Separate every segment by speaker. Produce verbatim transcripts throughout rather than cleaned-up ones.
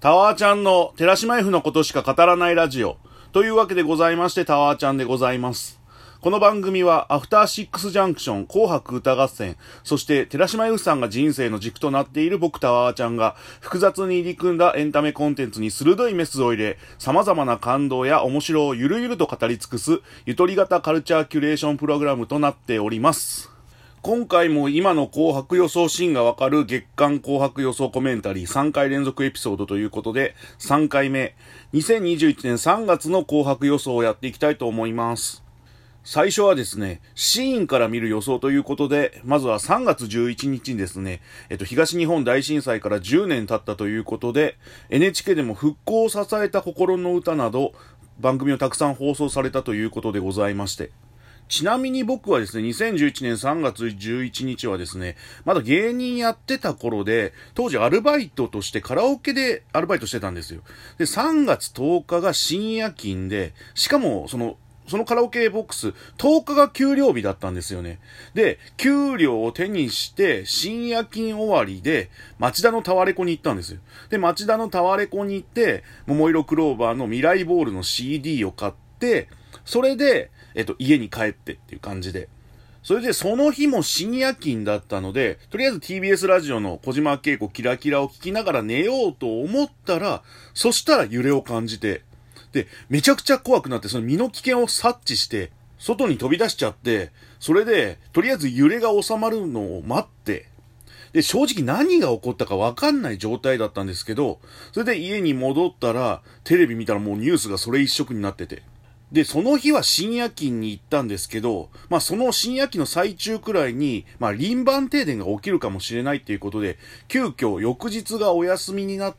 Speaker 1: タワーちゃんの寺島 F のことしか語らないラジオというわけでございまして、タワーちゃんでございます。この番組はアフターシックスジャンクション、紅白歌合戦、そして寺島 F さんが人生の軸となっている僕タワーちゃんが複雑に入り組んだエンタメコンテンツに鋭いメスを入れ、様々な感動や面白をゆるゆると語り尽くすゆとり型カルチャーキュレーションプログラムとなっております。今回も今の紅白予想シーンがわかる月間紅白予想コメンタリーさんかい連続エピソードということでさんかいめ、にせんにじゅういちねんさんがつの紅白予想をやっていきたいと思います。最初はですね、シーンから見る予想ということで、まずはさんがつじゅういちにちにですね、えっと、東日本大震災からじゅうねん経ったということで、エヌエイチケー でも復興を支えた心の歌など、番組をたくさん放送されたということでございまして、ちなみに僕はですね、にせんじゅういちねんさんがつじゅういちにちはですね、まだ芸人やってた頃で、当時アルバイトとしてカラオケでアルバイトしてたんですよ。で、さんがつとおかが深夜勤で、しかもその、そのカラオケボックス、とおかが給料日だったんですよね。で、給料を手にして、深夜勤終わりで、町田のタワレコに行ったんですよ。で、町田のタワレコに行って、桃色クローバーの未来ボールの シーディー を買って、それで、えっと、家に帰ってっていう感じで。それで、その日も深夜勤だったので、とりあえず ティービーエス ラジオの小島慶子キラキラを聞きながら寝ようと思ったら、そしたら揺れを感じて、で、めちゃくちゃ怖くなって、その身の危険を察知して、外に飛び出しちゃって、それで、とりあえず揺れが収まるのを待って、で、正直何が起こったかわかんない状態だったんですけど、それで家に戻ったら、テレビ見たらもうニュースがそれ一色になってて、で、その日は深夜勤に行ったんですけど、まあその深夜勤の最中くらいに、まあ輪番停電が起きるかもしれないっていうことで、急遽翌日がお休みになって、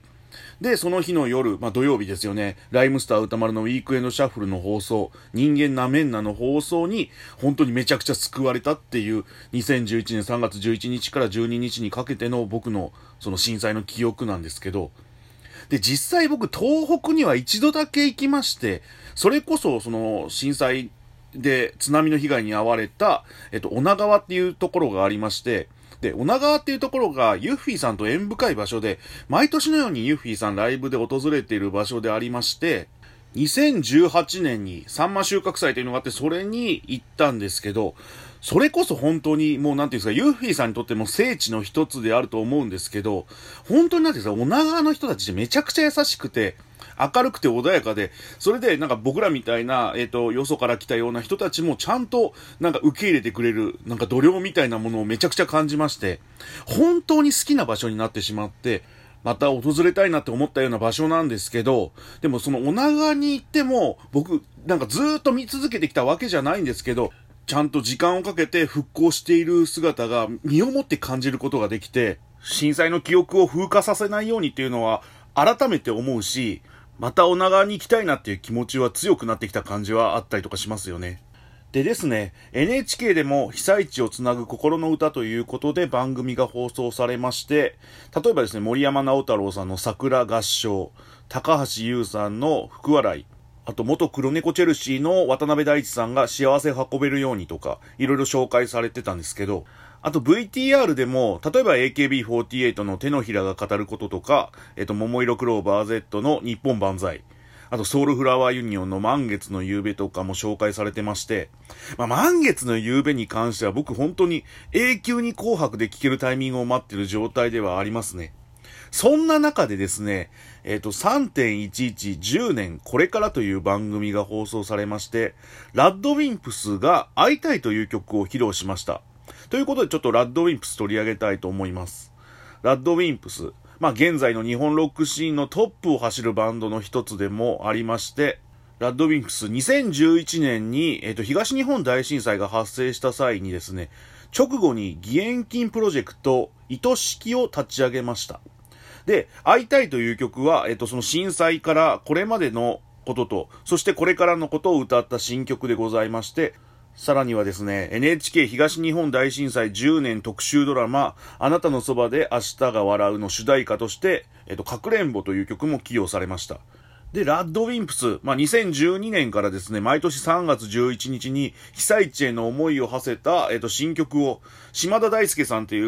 Speaker 1: で、その日の夜、まあ土曜日ですよね、ライムスター歌丸のウィークエンドシャッフルの放送、人間なめんなの放送に、本当にめちゃくちゃ救われたっていう、にせんじゅういちねんさんがつじゅういちにちからじゅうににちにかけての僕のその震災の記憶なんですけど、で、実際僕、東北には一度だけ行きまして、それこそ、その、震災で津波の被害に遭われた、えっと、女川っていうところがありまして、で、女川っていうところが、ユッフィーさんと縁深い場所で、毎年のようにユッフィーさんライブで訪れている場所でありまして、にせんじゅうはちねんにサンマ収穫祭というのがあって、それに行ったんですけど、それこそ本当にもうなんていうんですか、ユッフィーさんにとっても聖地の一つであると思うんですけど、本当になんていうんですか、女川の人たちってめちゃくちゃ優しくて、明るくて穏やかで、それでなんか僕らみたいな、えっと、よそから来たような人たちもちゃんとなんか受け入れてくれる、なんか度量みたいなものをめちゃくちゃ感じまして、本当に好きな場所になってしまって、また訪れたいなって思ったような場所なんですけど、でもその女川に行っても、僕、なんかずーっと見続けてきたわけじゃないんですけど、ちゃんと時間をかけて復興している姿が身をもって感じることができて、震災の記憶を風化させないようにっていうのは改めて思うし、また女川に行きたいなっていう気持ちは強くなってきた感じはあったりとかしますよね。でですね、エヌエイチケー でも被災地をつなぐ心の歌ということで番組が放送されまして、例えばですね、森山直太朗さんの桜合唱、高橋優さんの福笑い、あと元黒猫チェルシーの渡辺大地さんが幸せ運べるようにとか、いろいろ紹介されてたんですけど、あと ブイティーアール でも、例えば エーケービーフォーティーエイト の手のひらが語ることとか、えっと、桃色クローバー Z の日本万歳、あとソウルフラワーユニオンの満月の夕べとかも紹介されてまして、まあ、満月の夕べに関しては僕本当に永久に紅白で聴けるタイミングを待ってる状態ではありますね。そんな中でですね、えっと、さんてんいちいちじゅうねんこれからという番組が放送されまして、ラッドウィンプスが会いたいという曲を披露しました。ということでちょっとラッドウィンプス取り上げたいと思います。ラッドウィンプス。まあ現在の日本ロックシーンのトップを走るバンドの一つでもありまして、ラッドウィンプスにせんじゅういちねんに、えっと、東日本大震災が発生した際にですね、直後に義援金プロジェクト、愛しきを立ち上げました。で、会いたいという曲は、えっと、その震災からこれまでのことと、そしてこれからのことを歌った新曲でございまして、さらにはですね、エヌエイチケー 東日本大震災じゅうねん特集ドラマ、あなたのそばで明日が笑うの主題歌として、えっと、かくれんぼという曲も起用されました。で、ラッドウィンプス、まあ、にせんじゅうにねんからですね、毎年さんがつじゅういちにちに被災地への思いを馳せた、えっと、新曲を、島田大輔さんという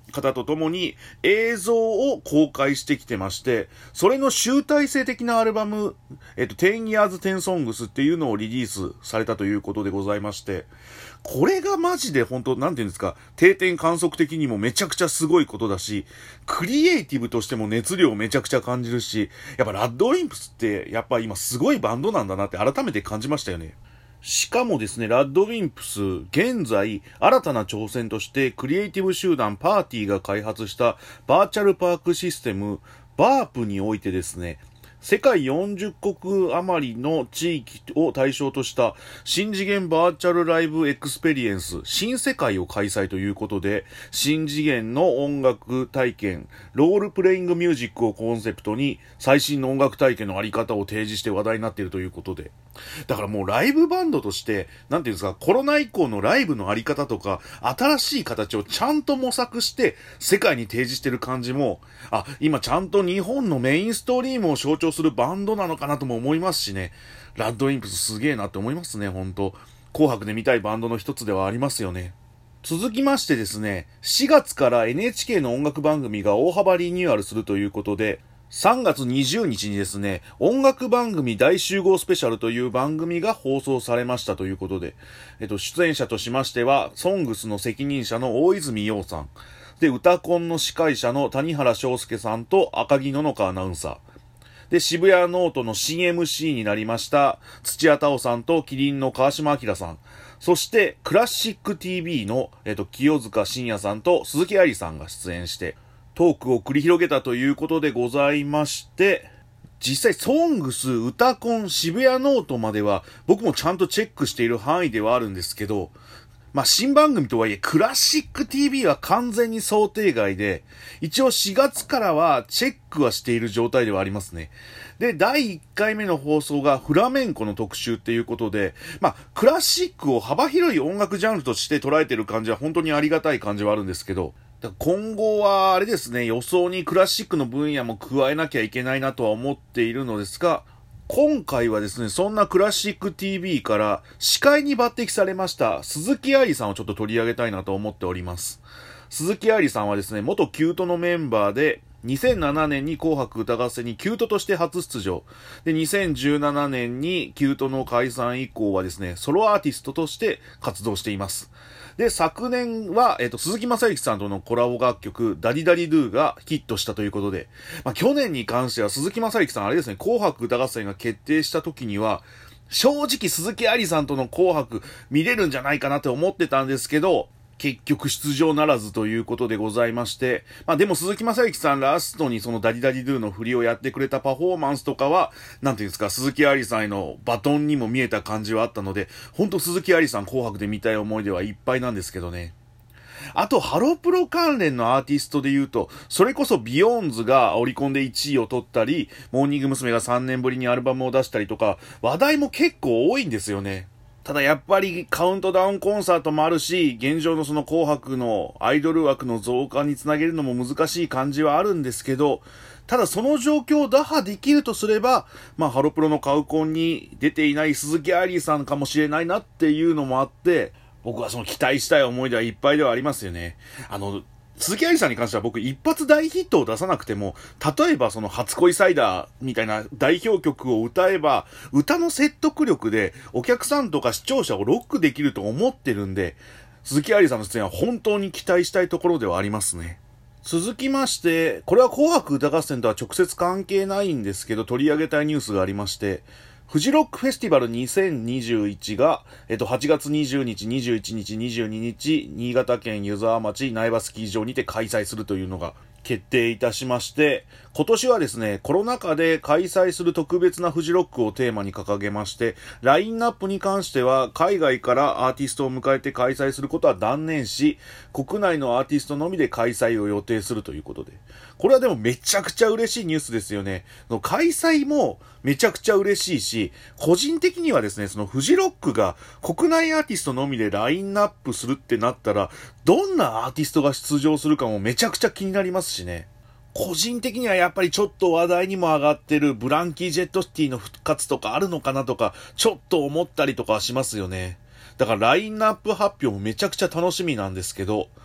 Speaker 1: 方と共に映像を公開してきてまして、それの集大成的なアルバム、えっと、テン Years テン Songs っていうのをリリースされたということでございまして、これがマジで本当、なんていうんですか、定点観測的にもめちゃくちゃすごいことだし、クリエイティブとしても熱量をめちゃくちゃ感じるし、やっぱラッドウィンプスってやっぱ今すごいバンドなんだなって改めて感じましたよね。しかもですね、ラッドウィンプス、現在、新たな挑戦として、クリエイティブ集団パーティーが開発したバーチャルパークシステム、バープにおいてですね、世界よんじゅっこく余りの地域を対象とした新次元バーチャルライブエクスペリエンス新世界を開催ということで、新次元の音楽体験、ロールプレイングミュージックをコンセプトに最新の音楽体験のあり方を提示して話題になっているということで、だからもうライブバンドとして、なんていうんですか、コロナ以降のライブのあり方とか、新しい形をちゃんと模索して世界に提示してる感じも、あ、今ちゃんと日本のメインストリームを象徴するバンドなのかなとも思いますしね。ラッドウィンプスすげえなって思いますね、ほんと。紅白で見たいバンドの一つではありますよね。続きましてですね、しがつから エヌエイチケー の音楽番組が大幅リニューアルするということで、さんがつにじゅうにちにですね、音楽番組大集合スペシャルという番組が放送されましたということで、えっと、出演者としましては、ソングスの責任者の大泉洋さん、で、歌コンの司会者の谷原章介さんと赤木野々花アナウンサー、で、渋谷ノートの新 エムシー になりました、土屋太鳳さんとキリンの川島明さん、そして、クラシック ティービー の、えっと、清塚信也さんと鈴木愛理さんが出演して、トークを繰り広げたということでございまして、実際ソングス、歌コン、渋谷ノートまでは僕もちゃんとチェックしている範囲ではあるんですけど、まあ新番組とはいえクラシック ティービー は完全に想定外で、一応しがつからはチェックはしている状態ではありますね。で、だいいっかいめの放送がフラメンコの特集っていうことで、まあクラシックを幅広い音楽ジャンルとして捉えている感じは本当にありがたい感じはあるんですけど、今後はあれですね、予想にクラシックの分野も加えなきゃいけないなとは思っているのですが、今回はですね、そんなクラシック ティービー から司会に抜擢されました鈴木愛理さんをちょっと取り上げたいなと思っております。鈴木愛理さんはですね、元キュートのメンバーで、にせんななねんに紅白歌合戦にキュートとして初出場。で、にせんじゅうななねんにキュートの解散以降はですね、ソロアーティストとして活動しています。で、昨年は、えっと、鈴木正幸さんとのコラボ楽曲、ダディダディドゥがヒットしたということで、まあ、去年に関しては鈴木正幸さん、あれですね、紅白歌合戦が決定した時には、正直鈴木愛理さんとの紅白見れるんじゃないかなって思ってたんですけど、結局出場ならずということでございまして、まあでも鈴木正幸さんラストにそのダディダディドゥの振りをやってくれたパフォーマンスとかは、なんていうんですか、鈴木愛理さんへのバトンにも見えた感じはあったので、ほんと鈴木愛理さん紅白で見たい思い出はいっぱいなんですけどね。あと、ハロプロ関連のアーティストで言うと、それこそビヨーンズがオリコンでいちいを取ったり、モーニング娘。がさんねんぶりにアルバムを出したりとか、話題も結構多いんですよね。ただやっぱりカウントダウンコンサートもあるし、現状のその紅白のアイドル枠の増加につなげるのも難しい感じはあるんですけど、ただその状況を打破できるとすれば、まあハロプロのカウコンに出ていない鈴木愛理さんかもしれないなっていうのもあって、僕はその期待したい思い出はいっぱいではありますよね。あの、鈴木愛理さんに関しては僕一発大ヒットを出さなくても、例えばその初恋サイダーみたいな代表曲を歌えば、歌の説得力でお客さんとか視聴者をロックできると思ってるんで、鈴木愛理さんの出演は本当に期待したいところではありますね。続きまして、これは紅白歌合戦とは直接関係ないんですけど、取り上げたいニュースがありまして、フジロックフェスティバルにせんにじゅういちが、えっと、はちがつにじゅうにち、にじゅういちにち、にじゅうににち、新潟県湯沢町苗場スキー場にて開催するというのが決定いたしまして、今年はですね、コロナ禍で開催する特別なフジロックをテーマに掲げまして、ラインナップに関しては海外からアーティストを迎えて開催することは断念し、国内のアーティストのみで開催を予定するということで、これはでもめちゃくちゃ嬉しいニュースですよね。開催もめちゃくちゃ嬉しいし、個人的にはですね、そのフジロックが国内アーティストのみでラインナップするってなったら、どんなアーティストが出場するかもめちゃくちゃ気になりますしね。個人的にはやっぱりちょっと話題にも上がってるブランキー・ジェットシティの復活とかあるのかなとか、ちょっと思ったりとかしますよね。だからラインナップ発表もめちゃくちゃ楽しみなんですけど、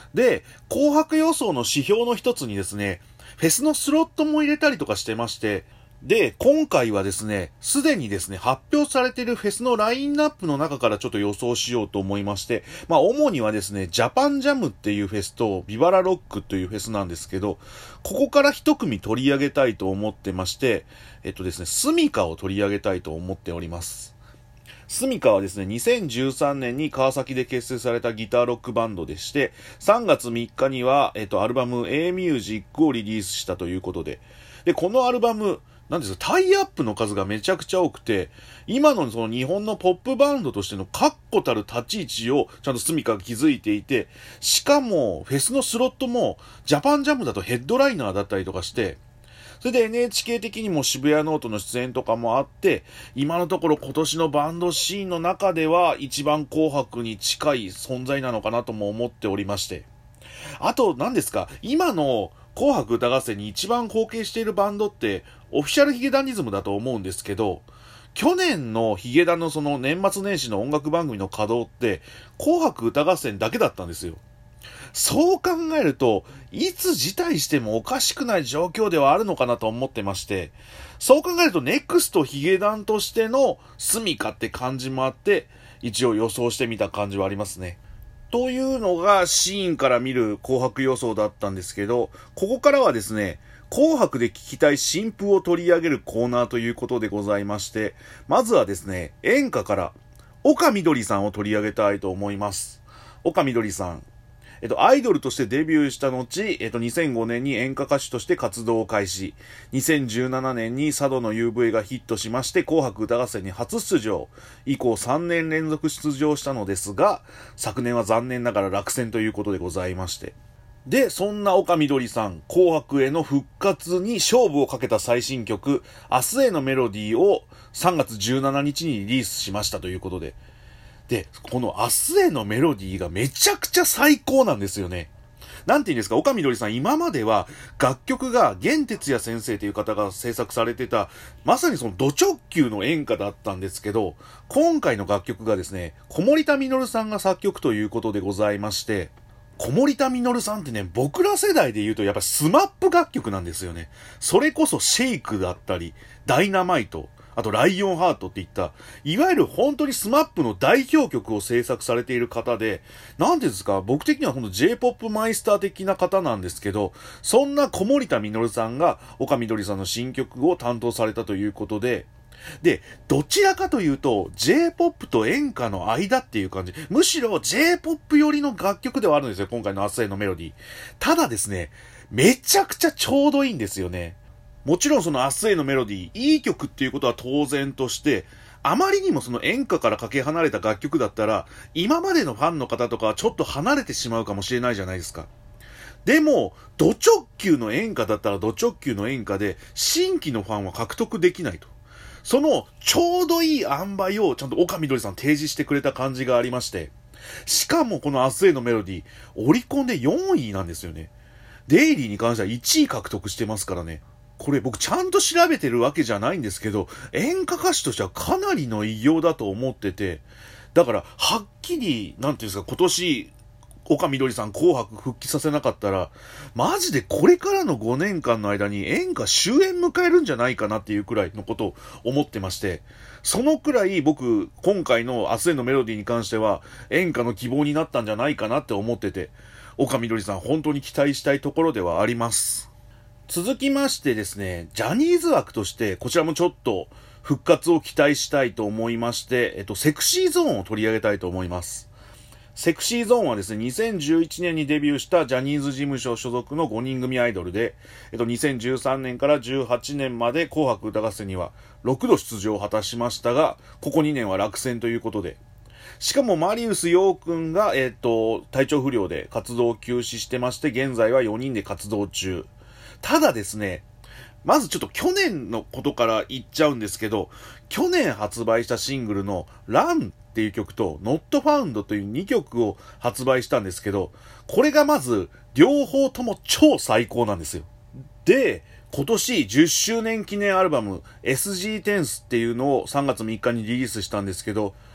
Speaker 1: で、紅白予想の指標の一つにですね、フェスのスロットも入れたりとかしてまして、で、今回はですね、すでにですね、発表されているフェスのラインナップの中からちょっと予想しようと思いまして、まあ、主にはですね、ジャパンジャムっていうフェスと、ビバラロックというフェスなんですけど、ここから一組取り上げたいと思ってまして、えっとですね、スミカを取り上げたいと思っております。スミカはですね、にせんじゅうさんねんに川崎で結成されたギターロックバンドでして、さんがつみっかには、えっと、アルバム A ミュージックをリリースしたということで、で、このアルバム、なんですか、タイアップの数がめちゃくちゃ多くて、今のその日本のポップバンドとしての確固たる立ち位置をちゃんとスミカが築いていて、しかもフェスのスロットもジャパンジャムだとヘッドライナーだったりとかして、それで エヌエイチケー 的にも渋谷ノートの出演とかもあって、今のところ今年のバンドシーンの中では一番紅白に近い存在なのかなとも思っておりまして。あと何ですか、今の紅白歌合戦に一番貢献しているバンドってオフィシャルヒゲダンディズムだと思うんですけど、去年のヒゲダンのその年末年始の音楽番組の稼働って紅白歌合戦だけだったんですよ。そう考えると、いつ辞退してもおかしくない状況ではあるのかなと思ってまして、そう考えるとネクストヒゲダンとしてのスミカって感じもあって、一応予想してみた感じはありますね。というのがシーンから見る紅白予想だったんですけど、ここからはですね、紅白で聞きたい新譜を取り上げるコーナーということでございまして、まずはですね、演歌から岡みどりさんを取り上げたいと思います。岡みどりさん。えっと、アイドルとしてデビューした後、えっと、にせんごねんに演歌歌手として活動を開始。にせんじゅうななねんに佐渡の ユーブイ がヒットしまして、紅白歌合戦に初出場。以降さんねん連続出場したのですが、昨年は残念ながら落選ということでございまして。で、そんな岡みどりさん、紅白への復活に勝負をかけた最新曲、明日へのメロディーをさんがつじゅうしちにちにリリースしましたということで。で、この明日へのメロディーがめちゃくちゃ最高なんですよね。なんて言うんですか、岡みどりさん今までは楽曲が玄哲也先生という方が制作されてた、まさにそのド直球の演歌だったんですけど、今回の楽曲がですね、小森田実さんが作曲ということでございまして、小森田実さんってね、僕ら世代で言うとやっぱスマップ楽曲なんですよね。それこそシェイクだったり、ダイナマイト、あとライオンハートっていった、いわゆる本当にスマップの代表曲を制作されている方で、なんていうんですか、僕的には本当 J-ポップ マイスター的な方なんですけど、そんな小森田実さんが岡みどりさんの新曲を担当されたということで、で、どちらかというと J-ポップ と演歌の間っていう感じ。むしろ J-ポップ 寄りの楽曲ではあるんですよ、今回の明日へのメロディー。ただですね、めちゃくちゃちょうどいいんですよね。もちろんその明日へのメロディー、いい曲っていうことは当然として、あまりにもその演歌からかけ離れた楽曲だったら、今までのファンの方とかはちょっと離れてしまうかもしれないじゃないですか。でも、ド直球の演歌だったらド直球の演歌で、新規のファンは獲得できないと。その、ちょうどいい塩梅をちゃんと岡みどりさん提示してくれた感じがありまして、しかもこの明日へのメロディー、オリコンでよんいなんですよね。デイリーに関してはいちい獲得してますからね。これ僕ちゃんと調べてるわけじゃないんですけど、演歌歌手としてはかなりの偉業だと思ってて、だから、はっきり、なんていうんですか、今年、岡みどりさん紅白復帰させなかったら、マジでこれからのごねんかんの間に演歌終焉迎えるんじゃないかなっていうくらいのことを思ってまして、そのくらい僕、今回の明日へのメロディーに関しては、演歌の希望になったんじゃないかなって思ってて、岡みどりさん本当に期待したいところではあります。続きましてですね、ジャニーズ枠として、こちらもちょっと復活を期待したいと思いまして、えっと、セクシーゾーンを取り上げたいと思います。セクシーゾーンはですね、にせんじゅういちねんにデビューしたジャニーズ事務所所属のごにん組アイドルで、えっと、にせんじゅうさんねんからじゅうはちねんまで紅白歌合戦にはろくど出場を果たしましたが、ここにねんは落選ということで、しかもマリウス陽くんが、えっと、体調不良で活動を休止してまして、現在はよにんで活動中。ただですね、まずちょっと去年のことから言っちゃうんですけど、去年発売したシングルのランっていう曲と Not Found というにきょくを発売したんですけど、これがまず両方とも超最高なんですよ。で、今年じゅっしゅうねん記念アルバム エスジー テンスっていうのをさんがつみっかにリリースしたんですけど、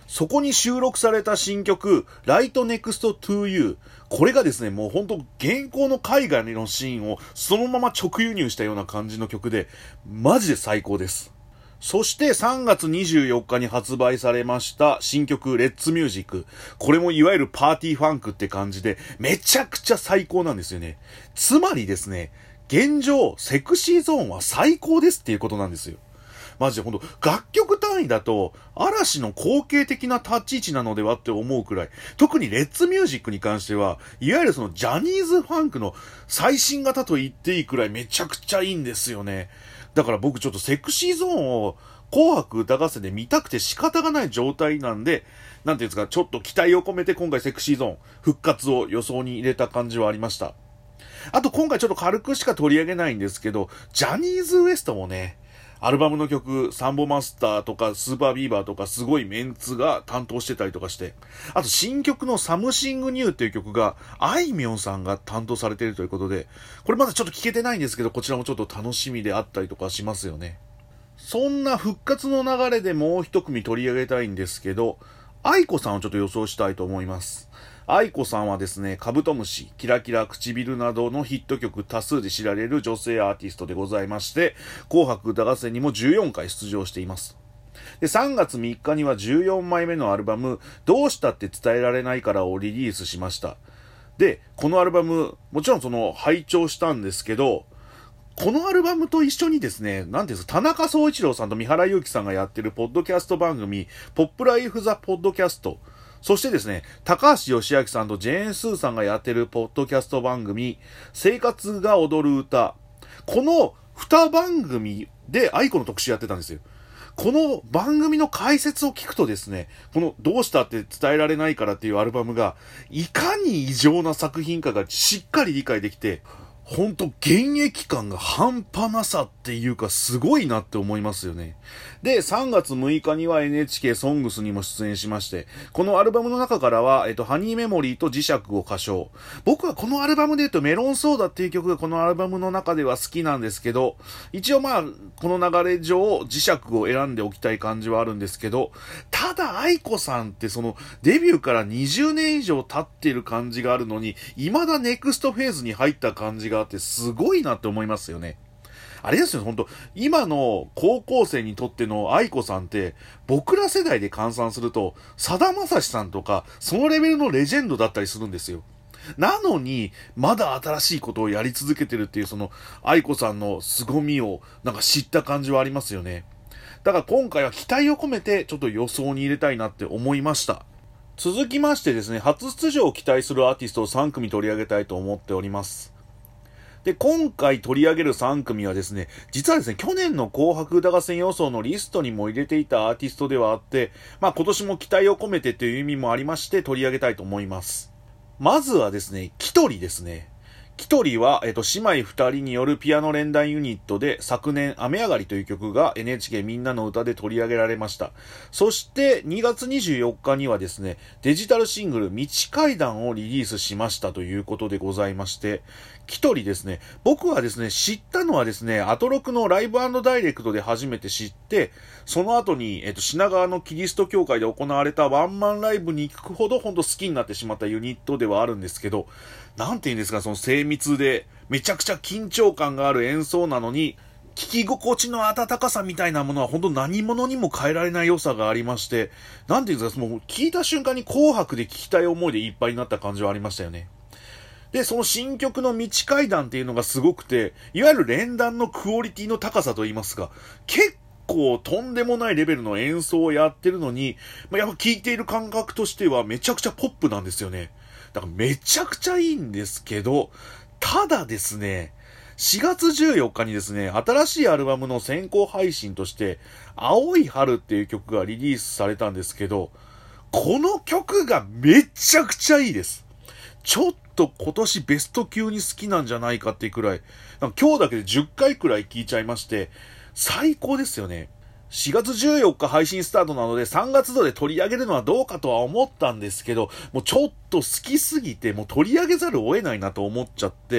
Speaker 1: そこに収録された新曲、Right Next to You。これがですね、もうほんと現行の海外のシーンをそのまま直輸入したような感じの曲で、マジで最高です。そしてさんがつにじゅうよっかに発売されました新曲レッツミュージック。これもいわゆるパーティーファンクって感じで、めちゃくちゃ最高なんですよね。つまりですね、現状、セクシーゾーンは最高ですっていうことなんですよ。マジでほんと、楽曲単位だと、嵐の後継的な立ち位置なのではって思うくらい、特にレッツミュージックに関しては、いわゆるそのジャニーズファンクの最新型と言っていいくらいめちゃくちゃいいんですよね。だから僕ちょっとセクシーゾーンを紅白歌合戦で見たくて仕方がない状態なんで、なんていうんですか、ちょっと期待を込めて今回セクシーゾーン復活を予想に入れた感じはありました。あと今回ちょっと軽くしか取り上げないんですけど、ジャニーズ ウエストもね、アルバムの曲、サンボマスターとかスーパービーバーとかすごいメンツが担当してたりとかして、あと新曲のサムシングニューっていう曲があいみょんさんが担当されているということで、これまだちょっと聞けてないんですけど、こちらもちょっと楽しみであったりとかしますよね。そんな復活の流れでもう一組取り上げたいんですけど、愛子さんをちょっと予想したいと思います。愛子さんはですね、カブトムシ、キラキラ唇などのヒット曲多数で知られる女性アーティストでございまして、紅白歌合戦にもじゅうよんかい出場しています。で、さんがつみっかにはじゅうよんまいめのアルバム、どうしたって伝えられないからをリリースしました。で、このアルバム、もちろんその拝聴したんですけど、このアルバムと一緒にですね、なんていうんですか、田中総一郎さんと三原祐希さんがやってるポッドキャスト番組、ポップライフザポッドキャスト、そしてですね、高橋義明さんとジェーンスーさんがやってるポッドキャスト番組、生活が踊る歌。このに番組で愛子の特集やってたんですよ。この番組の解説を聞くとですね、このどうしたって伝えられないからっていうアルバムが、いかに異常な作品かがしっかり理解できて、ほんと現役感が半端なさっていうかすごいなって思いますよね。で、さんがつむいかには エヌエイチケー ソングスにも出演しまして、このアルバムの中からは、えっと、ハニーメモリーと磁石を歌唱。僕はこのアルバムで言うとメロンソーダっていう曲がこのアルバムの中では好きなんですけど、一応まあ、この流れ上磁石を選んでおきたい感じはあるんですけど、ただ愛子さんってそのデビューからにじゅうねん以上経ってる感じがあるのに、未だネクストフェーズに入った感じがあってすごいなって思いますよね。あれですよ、本当今の高校生にとっての愛子さんって、僕ら世代で換算すると、さだまさしさんとか、そのレベルのレジェンドだったりするんですよ。なのに、まだ新しいことをやり続けてるっていう、その、愛子さんの凄みを、なんか知った感じはありますよね。だから今回は期待を込めて、ちょっと予想に入れたいなって思いました。続きましてですね、初出場を期待するアーティストをさんくみ取り上げたいと思っております。で、今回取り上げるさんくみはですね、実はですね、去年の紅白歌合戦予想のリストにも入れていたアーティストではあって、まあ今年も期待を込めてという意味もありまして取り上げたいと思います。まずはですね、キトリですね。キトリは、えっと、姉妹二人によるピアノ連弾ユニットで、昨年、雨上がりという曲が エヌエイチケー みんなの歌で取り上げられました。そして、にがつにじゅうよっかにはですね、デジタルシングル、道階段をリリースしましたということでございまして、キトリですね、僕はですね、知ったのはですね、アトロクのライブ&ダイレクトで初めて知って、その後に、えっと、品川のキリスト教会で行われたワンマンライブに行くほど、ほんと好きになってしまったユニットではあるんですけど、なんて言うんですか、その精密で、めちゃくちゃ緊張感がある演奏なのに、聴き心地の温かさみたいなものは本当何者にも変えられない良さがありまして、なんて言うんですか、もう聴いた瞬間に紅白で聴きたい思いでいっぱいになった感じはありましたよね。で、その新曲の道階段っていうのがすごくて、いわゆる連弾のクオリティの高さといいますか、結構とんでもないレベルの演奏をやってるのに、まあ、やっぱ聴いている感覚としてはめちゃくちゃポップなんですよね。だからめちゃくちゃいいんですけど、ただですね、しがつじゅうよっかにですね、新しいアルバムの先行配信として、青い春っていう曲がリリースされたんですけど、この曲がめちゃくちゃいいです。ちょっと今年ベスト級に好きなんじゃないかっていうくらい、なんか今日だけでじゅっかいくらい聴いちゃいまして、最高ですよね。しがつじゅうよっか配信スタートなのでさんがつ度で取り上げるのはどうかとは思ったんですけど、もうちょっと好きすぎてもう取り上げざるを得ないなと思っちゃって、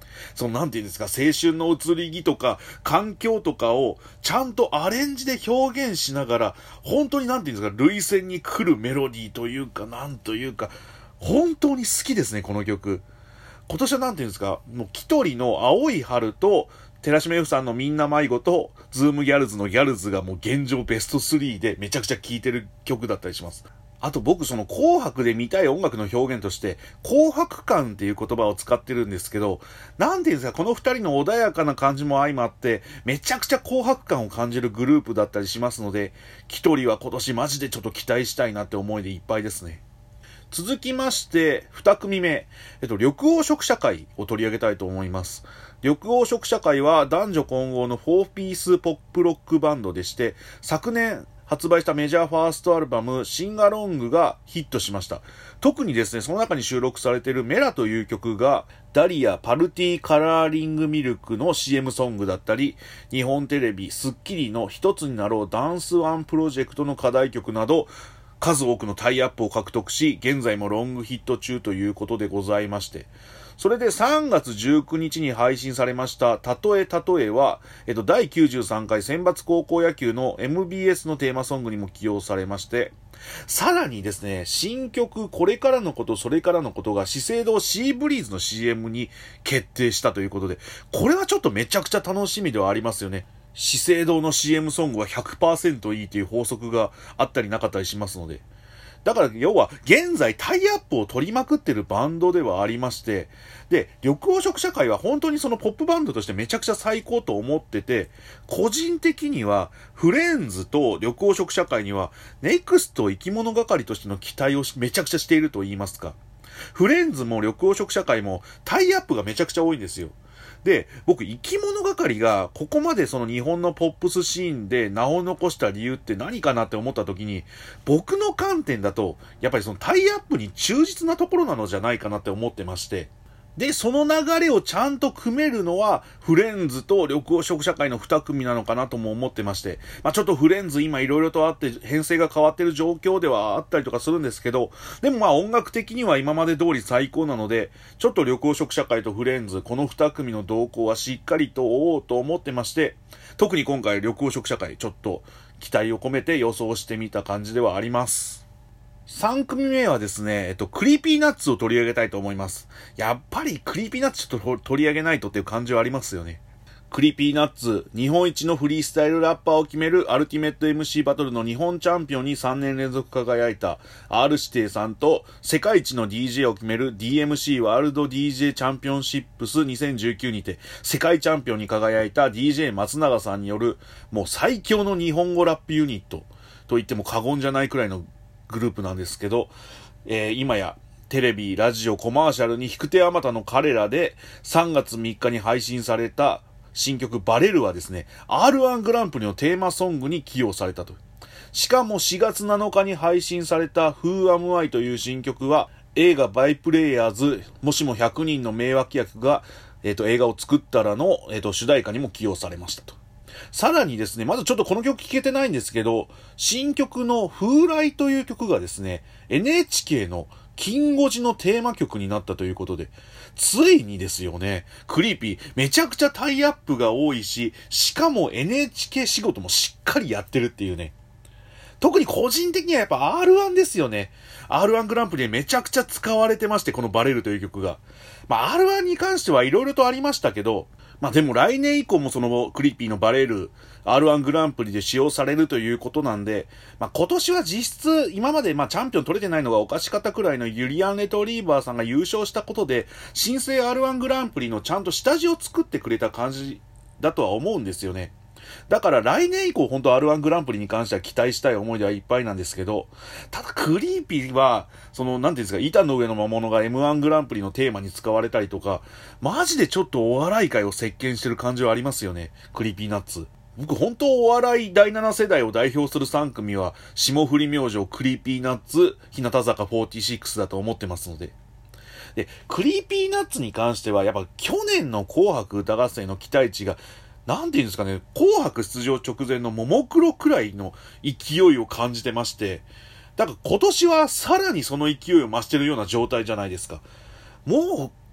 Speaker 1: そのなんていうんですか、青春の移り気とか、環境とかをちゃんとアレンジで表現しながら、本当になんていうんですか、涙腺に来るメロディーというか、なんというか、本当に好きですね、この曲。今年はなんていうんですか、もうキトリの青い春と、寺島由布さんのみんな迷子と、ズームギャルズのギャルズがもう現状ベストスリーでめちゃくちゃ聴いてる曲だったりします。あと僕その紅白で見たい音楽の表現として紅白感っていう言葉を使ってるんですけど、なんていうんですか、この二人の穏やかな感じも相まってめちゃくちゃ紅白感を感じるグループだったりしますので、キトリは今年マジでちょっと期待したいなって思いでいっぱいですね。続きまして二組目、えっと緑黄色社会を取り上げたいと思います。緑黄色社会は男女混合のフォーピースポップロックバンドでして、昨年発売したメジャーファーストアルバムシンガロングがヒットしました。特にですね、その中に収録されているメラという曲がダリアパルティカラーリングミルクの シーエム ソングだったり、日本テレビスッキリの一つになろうダンスワンプロジェクトの課題曲など数多くのタイアップを獲得し、現在もロングヒット中ということでございまして、それでさんがつじゅうくにちに配信されましたたとえたとえは、えっと、だいきゅうじゅうさんかい選抜高校野球の エムビーエス のテーマソングにも起用されまして、さらにですね、新曲これからのことそれからのことが資生堂シーブリーズの シーエム に決定したということで、これはちょっとめちゃくちゃ楽しみではありますよね。資生堂の シーエム ソングは ひゃくパーセント いいという法則があったりなかったりしますので、だから要は現在タイアップを取りまくってるバンドではありまして、で緑黄色社会は本当にそのポップバンドとしてめちゃくちゃ最高と思ってて、個人的にはフレンズと緑黄色社会にはネクスト生き物係としての期待をめちゃくちゃしていると言いますか、フレンズも緑黄色社会もタイアップがめちゃくちゃ多いんですよ。で、僕、生き物係がここまでその日本のポップスシーンで名を残した理由って何かなって思った時に、僕の観点だとやっぱりそのタイアップに忠実なところなのじゃないかなって思ってまして、でその流れをちゃんと組めるのはフレンズと緑黄色社会のに組なのかなとも思ってまして、まあちょっとフレンズ今いろいろとあって編成が変わってる状況ではあったりとかするんですけど、でもまあ音楽的には今まで通り最高なので、ちょっと緑黄色社会とフレンズこのに組の動向はしっかりと追おうと思ってまして、特に今回緑黄色社会ちょっと期待を込めて予想してみた感じではあります。さん組目はですね、えっと、クリーピーナッツを取り上げたいと思います。やっぱりクリーピーナッツちょっと取り上げないとっていう感じはありますよね。クリーピーナッツ、日本一のフリースタイルラッパーを決めるアルティメット エムシー バトルの日本チャンピオンにさんねん連続輝いた R 指定さんと、世界一の ディージェー を決める ディーエムシー ワールド ディージェー チャンピオンシップスにせんじゅうきゅうにて、世界チャンピオンに輝いた ディージェー 松永さんによる、もう最強の日本語ラップユニットと言っても過言じゃないくらいのグループなんですけど、えー、今やテレビ、ラジオ、コマーシャルに引く手あまたの彼らでさんがつみっかに配信された新曲バレるはですね、アールワン グランプリのテーマソングに起用されたと。しかもしがつなのかに配信された Who Am I という新曲は映画バイプレイヤーズもしもひゃくにんの名脇役が、えー、と映画を作ったらの、えー、と主題歌にも起用されましたと。さらにですね、まだちょっとこの曲聴けてないんですけど、新曲の風来という曲がですね、エヌエイチケー のキンゴジのテーマ曲になったということで、ついにですよね、クリーピーめちゃくちゃタイアップが多いし、しかも エヌエイチケー 仕事もしっかりやってるっていうね。特に個人的にはやっぱ アールワン ですよね。アールワン グランプリでめちゃくちゃ使われてまして、このバレるという曲が。まあ アールワン に関してはいろいろとありましたけど、まあでも来年以降もそのクリーピーのバレる アールワン グランプリで使用されるということなんで、まあ今年は実質今までまあチャンピオン取れてないのがおかしかったくらいのユリアン・レトリーバーさんが優勝したことで、新生 アールワン グランプリのちゃんと下地を作ってくれた感じだとは思うんですよね。だから来年以降本当 アールワン グランプリに関しては期待したい思いではいっぱいなんですけど、ただクリーピーはそのなんていうんですか、板の上の魔物が エムワン グランプリのテーマに使われたりとか、マジでちょっとお笑い界を席巻してる感じはありますよね、クリーピーナッツ。僕本当お笑いだいなな世代を代表するさん組は霜降り明星、クリーピーナッツ、日向坂フォーティーシックスだと思ってますので。で、クリーピーナッツに関してはやっぱ去年の紅白歌合戦の期待値がなんていうんですかね、紅白出場直前のももクロくらいの勢いを感じてまして、だから今年はさらにその勢いを増してるような状態じゃないですか。もう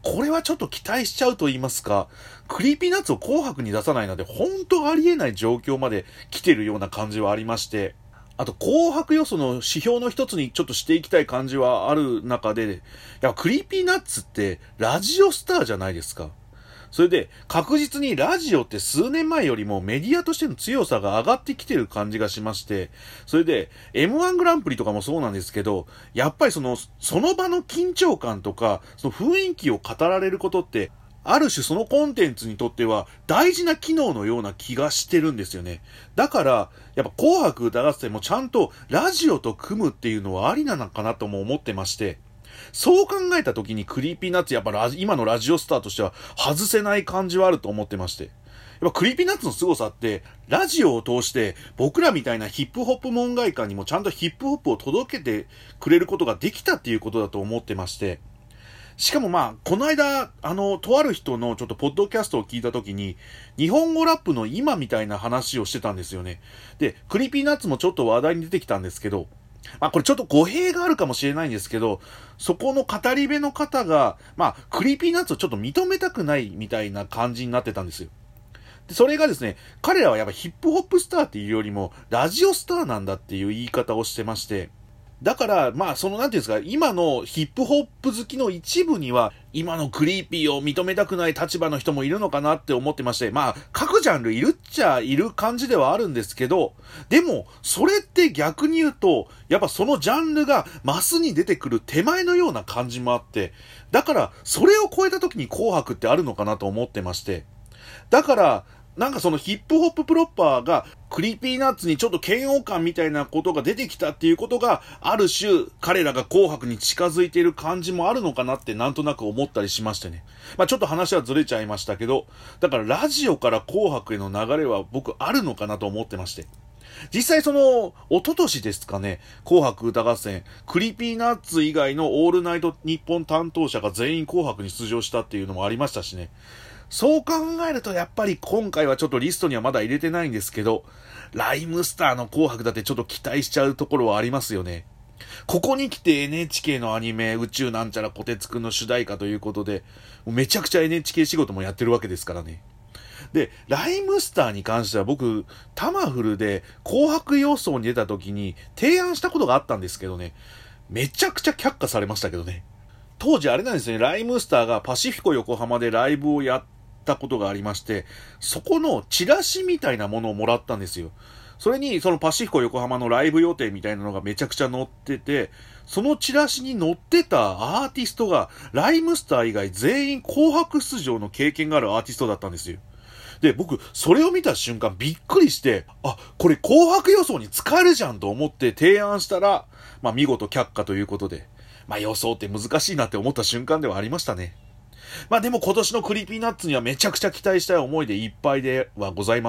Speaker 1: これはちょっと期待しちゃうと言いますか、クリーピーナッツを紅白に出さないので、本当ありえない状況まで来てるような感じはありまして、あと、紅白予想の指標の一つにちょっとしていきたい感じはある中で、いや、クリーピーナッツってラジオスターじゃないですか。それで、確実にラジオって数年前よりもメディアとしての強さが上がってきてる感じがしまして、それで、エムワン グランプリとかもそうなんですけど、やっぱりその、その場の緊張感とか、その雰囲気を語られることって、ある種そのコンテンツにとっては大事な機能のような気がしてるんですよね。だから、やっぱ紅白歌合戦もちゃんとラジオと組むっていうのはありなのかなとも思ってまして、そう考えた時にクリーピーナッツやっぱラジ今のラジオスターとしては外せない感じはあると思ってまして。やっぱクリーピーナッツの凄さって、ラジオを通して僕らみたいなヒップホップ門外漢にもちゃんとヒップホップを届けてくれることができたっていうことだと思ってまして、しかもまあ、この間、あの、とある人のちょっとポッドキャストを聞いたときに、日本語ラップの今みたいな話をしてたんですよね。で、クリーピーナッツもちょっと話題に出てきたんですけど、まあこれちょっと語弊があるかもしれないんですけど、そこの語り部の方が、まあ、クリーピーナッツをちょっと認めたくないみたいな感じになってたんですよ。で、それがですね、彼らはやっぱヒップホップスターっていうよりも、ラジオスターなんだっていう言い方をしてまして、だから、まあ、その、なんていうんですか、今のヒップホップ好きの一部には、今のクリーピーを認めたくない立場の人もいるのかなって思ってまして、まあ、各ジャンルいるっちゃいる感じではあるんですけど、でも、それって逆に言うと、やっぱそのジャンルがマスに出てくる手前のような感じもあって、だから、それを超えた時に紅白ってあるのかなと思ってまして、だから、なんかそのヒップホッププロッパーがクリーピーナッツにちょっと嫌悪感みたいなことが出てきたっていうことがある種彼らが紅白に近づいている感じもあるのかなってなんとなく思ったりしましてね。まあちょっと話はずれちゃいましたけど、だからラジオから紅白への流れは僕あるのかなと思ってまして。実際その、一昨年ですかね、紅白歌合戦、クリーピーナッツ以外のオールナイト日本担当者が全員紅白に出場したっていうのもありましたしね。そう考えるとやっぱり今回はちょっとリストにはまだ入れてないんですけど、ライムスターの紅白だってちょっと期待しちゃうところはありますよね。ここに来て エヌエイチケー のアニメ、宇宙なんちゃらこてつくんの主題歌ということで、めちゃくちゃ エヌエイチケー 仕事もやってるわけですからね。で、ライムスターに関しては僕、タマフルで紅白予想に出た時に提案したことがあったんですけどね、めちゃくちゃ却下されましたけどね。当時あれなんですね、ライムスターがパシフィコ横浜でライブをやったことがありまして、そこのチラシみたいなものをもらったんですよ。それにそのパシフィコ横浜のライブ予定みたいなのがめちゃくちゃ載ってて、そのチラシに載ってたアーティストがライムスター以外全員紅白出場の経験があるアーティストだったんですよ。で、僕、それを見た瞬間びっくりして、あ、これ紅白予想に使えるじゃんと思って提案したら、まあ見事却下ということで、まあ予想って難しいなって思った瞬間ではありましたね。まあでも今年のクリーピーナッツにはめちゃくちゃ期待したい思いでいっぱいではございます。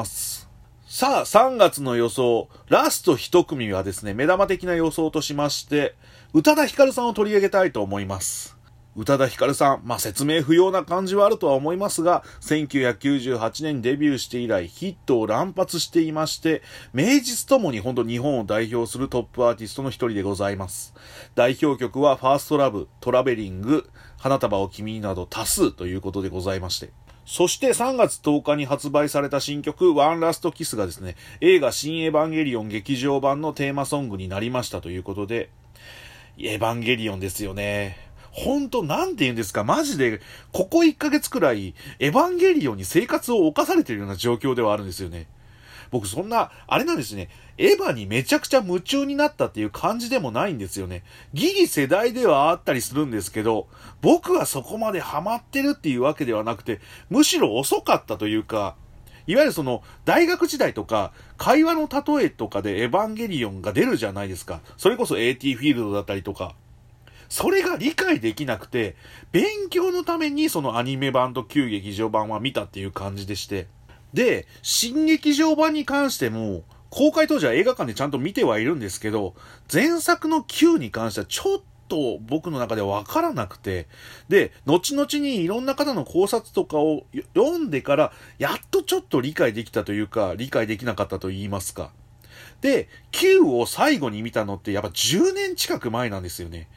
Speaker 1: さあ、さんがつの予想、ラスト一組はですね、目玉的な予想としまして、宇多田ヒカルさんを取り上げたいと思います。宇多田ヒカルさん、まあ説明不要な感じはあるとは思いますが、せんきゅうひゃくきゅうじゅうはちねんにデビューして以来ヒットを乱発していまして、名実ともに本当日本を代表するトップアーティストの一人でございます。代表曲はファーストラブ、トラベリング、花束を君になど多数ということでございまして。そしてさんがつとおかに発売された新曲ワンラストキスがですね、映画新エヴァンゲリオン劇場版のテーマソングになりましたということで、エヴァンゲリオンですよね。ほんと、なんて言うんですか、マジで、ここいっかげつくらい、エヴァンゲリオンに生活を侵されているような状況ではあるんですよね。僕そんな、あれなんですね、エヴァにめちゃくちゃ夢中になったっていう感じでもないんですよね。ギリ世代ではあったりするんですけど、僕はそこまでハマってるっていうわけではなくて、むしろ遅かったというか、いわゆるその、大学時代とか、会話の例えとかでエヴァンゲリオンが出るじゃないですか。それこそ エーティー フィールドだったりとか。それが理解できなくて、勉強のためにそのアニメ版と旧劇場版は見たっていう感じでして。で、新劇場版に関しても、公開当時は映画館でちゃんと見てはいるんですけど、前作のきゅうに関してはちょっと僕の中でわからなくて、で、後々にいろんな方の考察とかを読んでから、やっとちょっと理解できたというか、理解できなかったと言いますか。で、きゅうを最後に見たのってやっぱじゅうねん近く前なんですよね。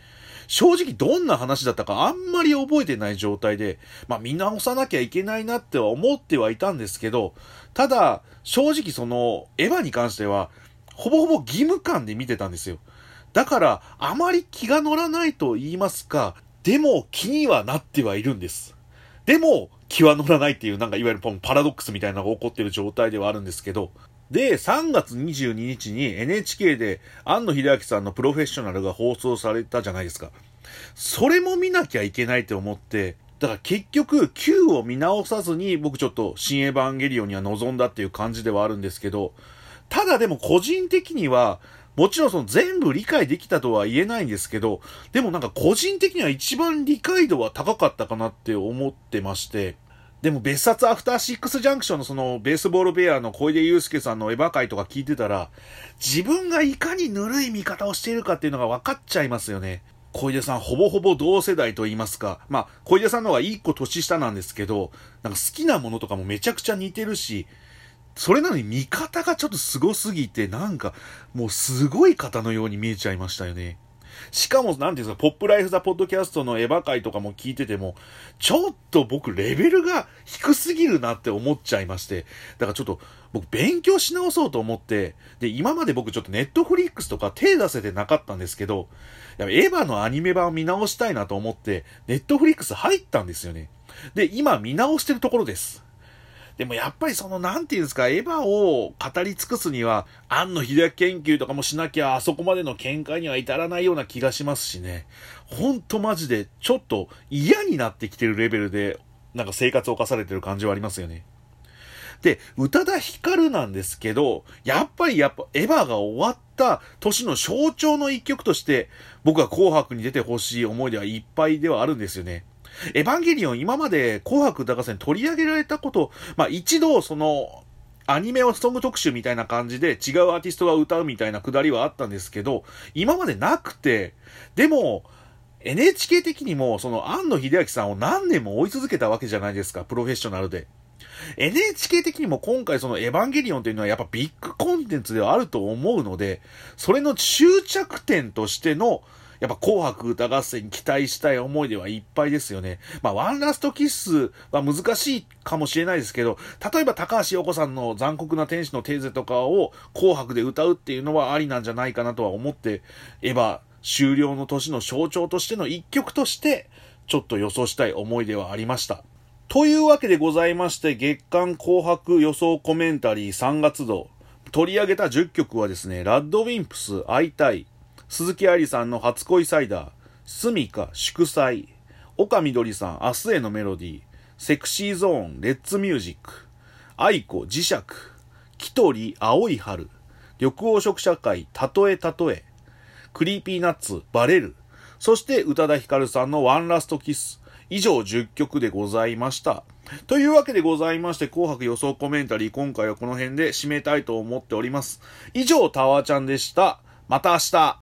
Speaker 1: 正直どんな話だったかあんまり覚えてない状態で、まあ見直さなきゃいけないなっては思ってはいたんですけど、ただ、正直その、エヴァに関しては、ほぼほぼ義務感で見てたんですよ。だから、あまり気が乗らないと言いますか、でも気にはなってはいるんです。でも、気は乗らないっていう、なんかいわゆるパラドックスみたいなのが起こっている状態ではあるんですけど、で、さんがつにじゅうににちに エヌエイチケー で庵野秀明さんのプロフェッショナルが放送されたじゃないですか。それも見なきゃいけないと思って、だから結局 キュー を見直さずに僕ちょっと新エヴァンゲリオンには臨んだっていう感じではあるんですけど、ただでも個人的には、もちろんその全部理解できたとは言えないんですけど、でもなんか個人的には一番理解度は高かったかなって思ってまして、でも別冊アフターシックスジャンクションのそのベースボールベアの小出祐介さんのエヴァ回とか聞いてたら、自分がいかにぬるい見方をしているかっていうのが分かっちゃいますよね。小出さんほぼほぼ同世代と言いますか、まあ小出さんの方がいっこ年下なんですけど、なんか好きなものとかもめちゃくちゃ似てるし、それなのに見方がちょっとすごすぎて、なんかもうすごい方のように見えちゃいましたよね。しかも、なんていうんですか、ポップライフザポッドキャストのエヴァ回とかも聞いてても、ちょっと僕レベルが低すぎるなって思っちゃいまして、だからちょっと僕勉強し直そうと思って、で、今まで僕ちょっとネットフリックスとか手出せてなかったんですけど、やっぱエヴァのアニメ版を見直したいなと思って、ネットフリックス入ったんですよね。で、今見直してるところです。でもやっぱりその、なんていうんですか、エヴァを語り尽くすには、庵野秀明研究とかもしなきゃ、あそこまでの見解には至らないような気がしますしね。ほんとマジで、ちょっと嫌になってきてるレベルで、なんか生活を犯されてる感じはありますよね。で、宇多田ヒカルなんですけど、やっぱりやっぱエヴァが終わった年の象徴の一曲として、僕は紅白に出てほしい思い出はいっぱいではあるんですよね。エヴァンゲリオン今まで紅白歌合戦取り上げられたこと、まあ一度そのアニメをソング特集みたいな感じで違うアーティストが歌うみたいなくだりはあったんですけど、今までなくて、でも エヌエイチケー 的にもその庵野秀明さんを何年も追い続けたわけじゃないですか、プロフェッショナルで。エヌエイチケー 的にも今回そのエヴァンゲリオンというのはやっぱビッグコンテンツではあると思うので、それの終着点としてのやっぱ紅白歌合戦に期待したい思い出はいっぱいですよね。まあ、ワンラストキッスは難しいかもしれないですけど、例えば高橋洋子さんの残酷な天使のテーゼとかを紅白で歌うっていうのはありなんじゃないかなとは思って、エヴァ終了の年の象徴としての一曲として、ちょっと予想したい思い出はありました。というわけでございまして、月間紅白予想コメンタリーさんがつ度、取り上げたじゅっきょくはですね、ラッドウィンプス、会いたい、鈴木愛理さんの初恋サイダー、スミカ、祝祭、岡みどりさん、明日へのメロディー、セクシーゾーン、レッツミュージック、愛子、磁石、キトリ、青い春、緑黄色社会、たとえたとえ、クリーピーナッツ、バレる、そして宇多田ヒカルさんのワンラストキス、以上じゅっきょくでございました。というわけでございまして、紅白予想コメンタリー、今回はこの辺で締めたいと思っております。以上、タワーちゃんでした。また明日。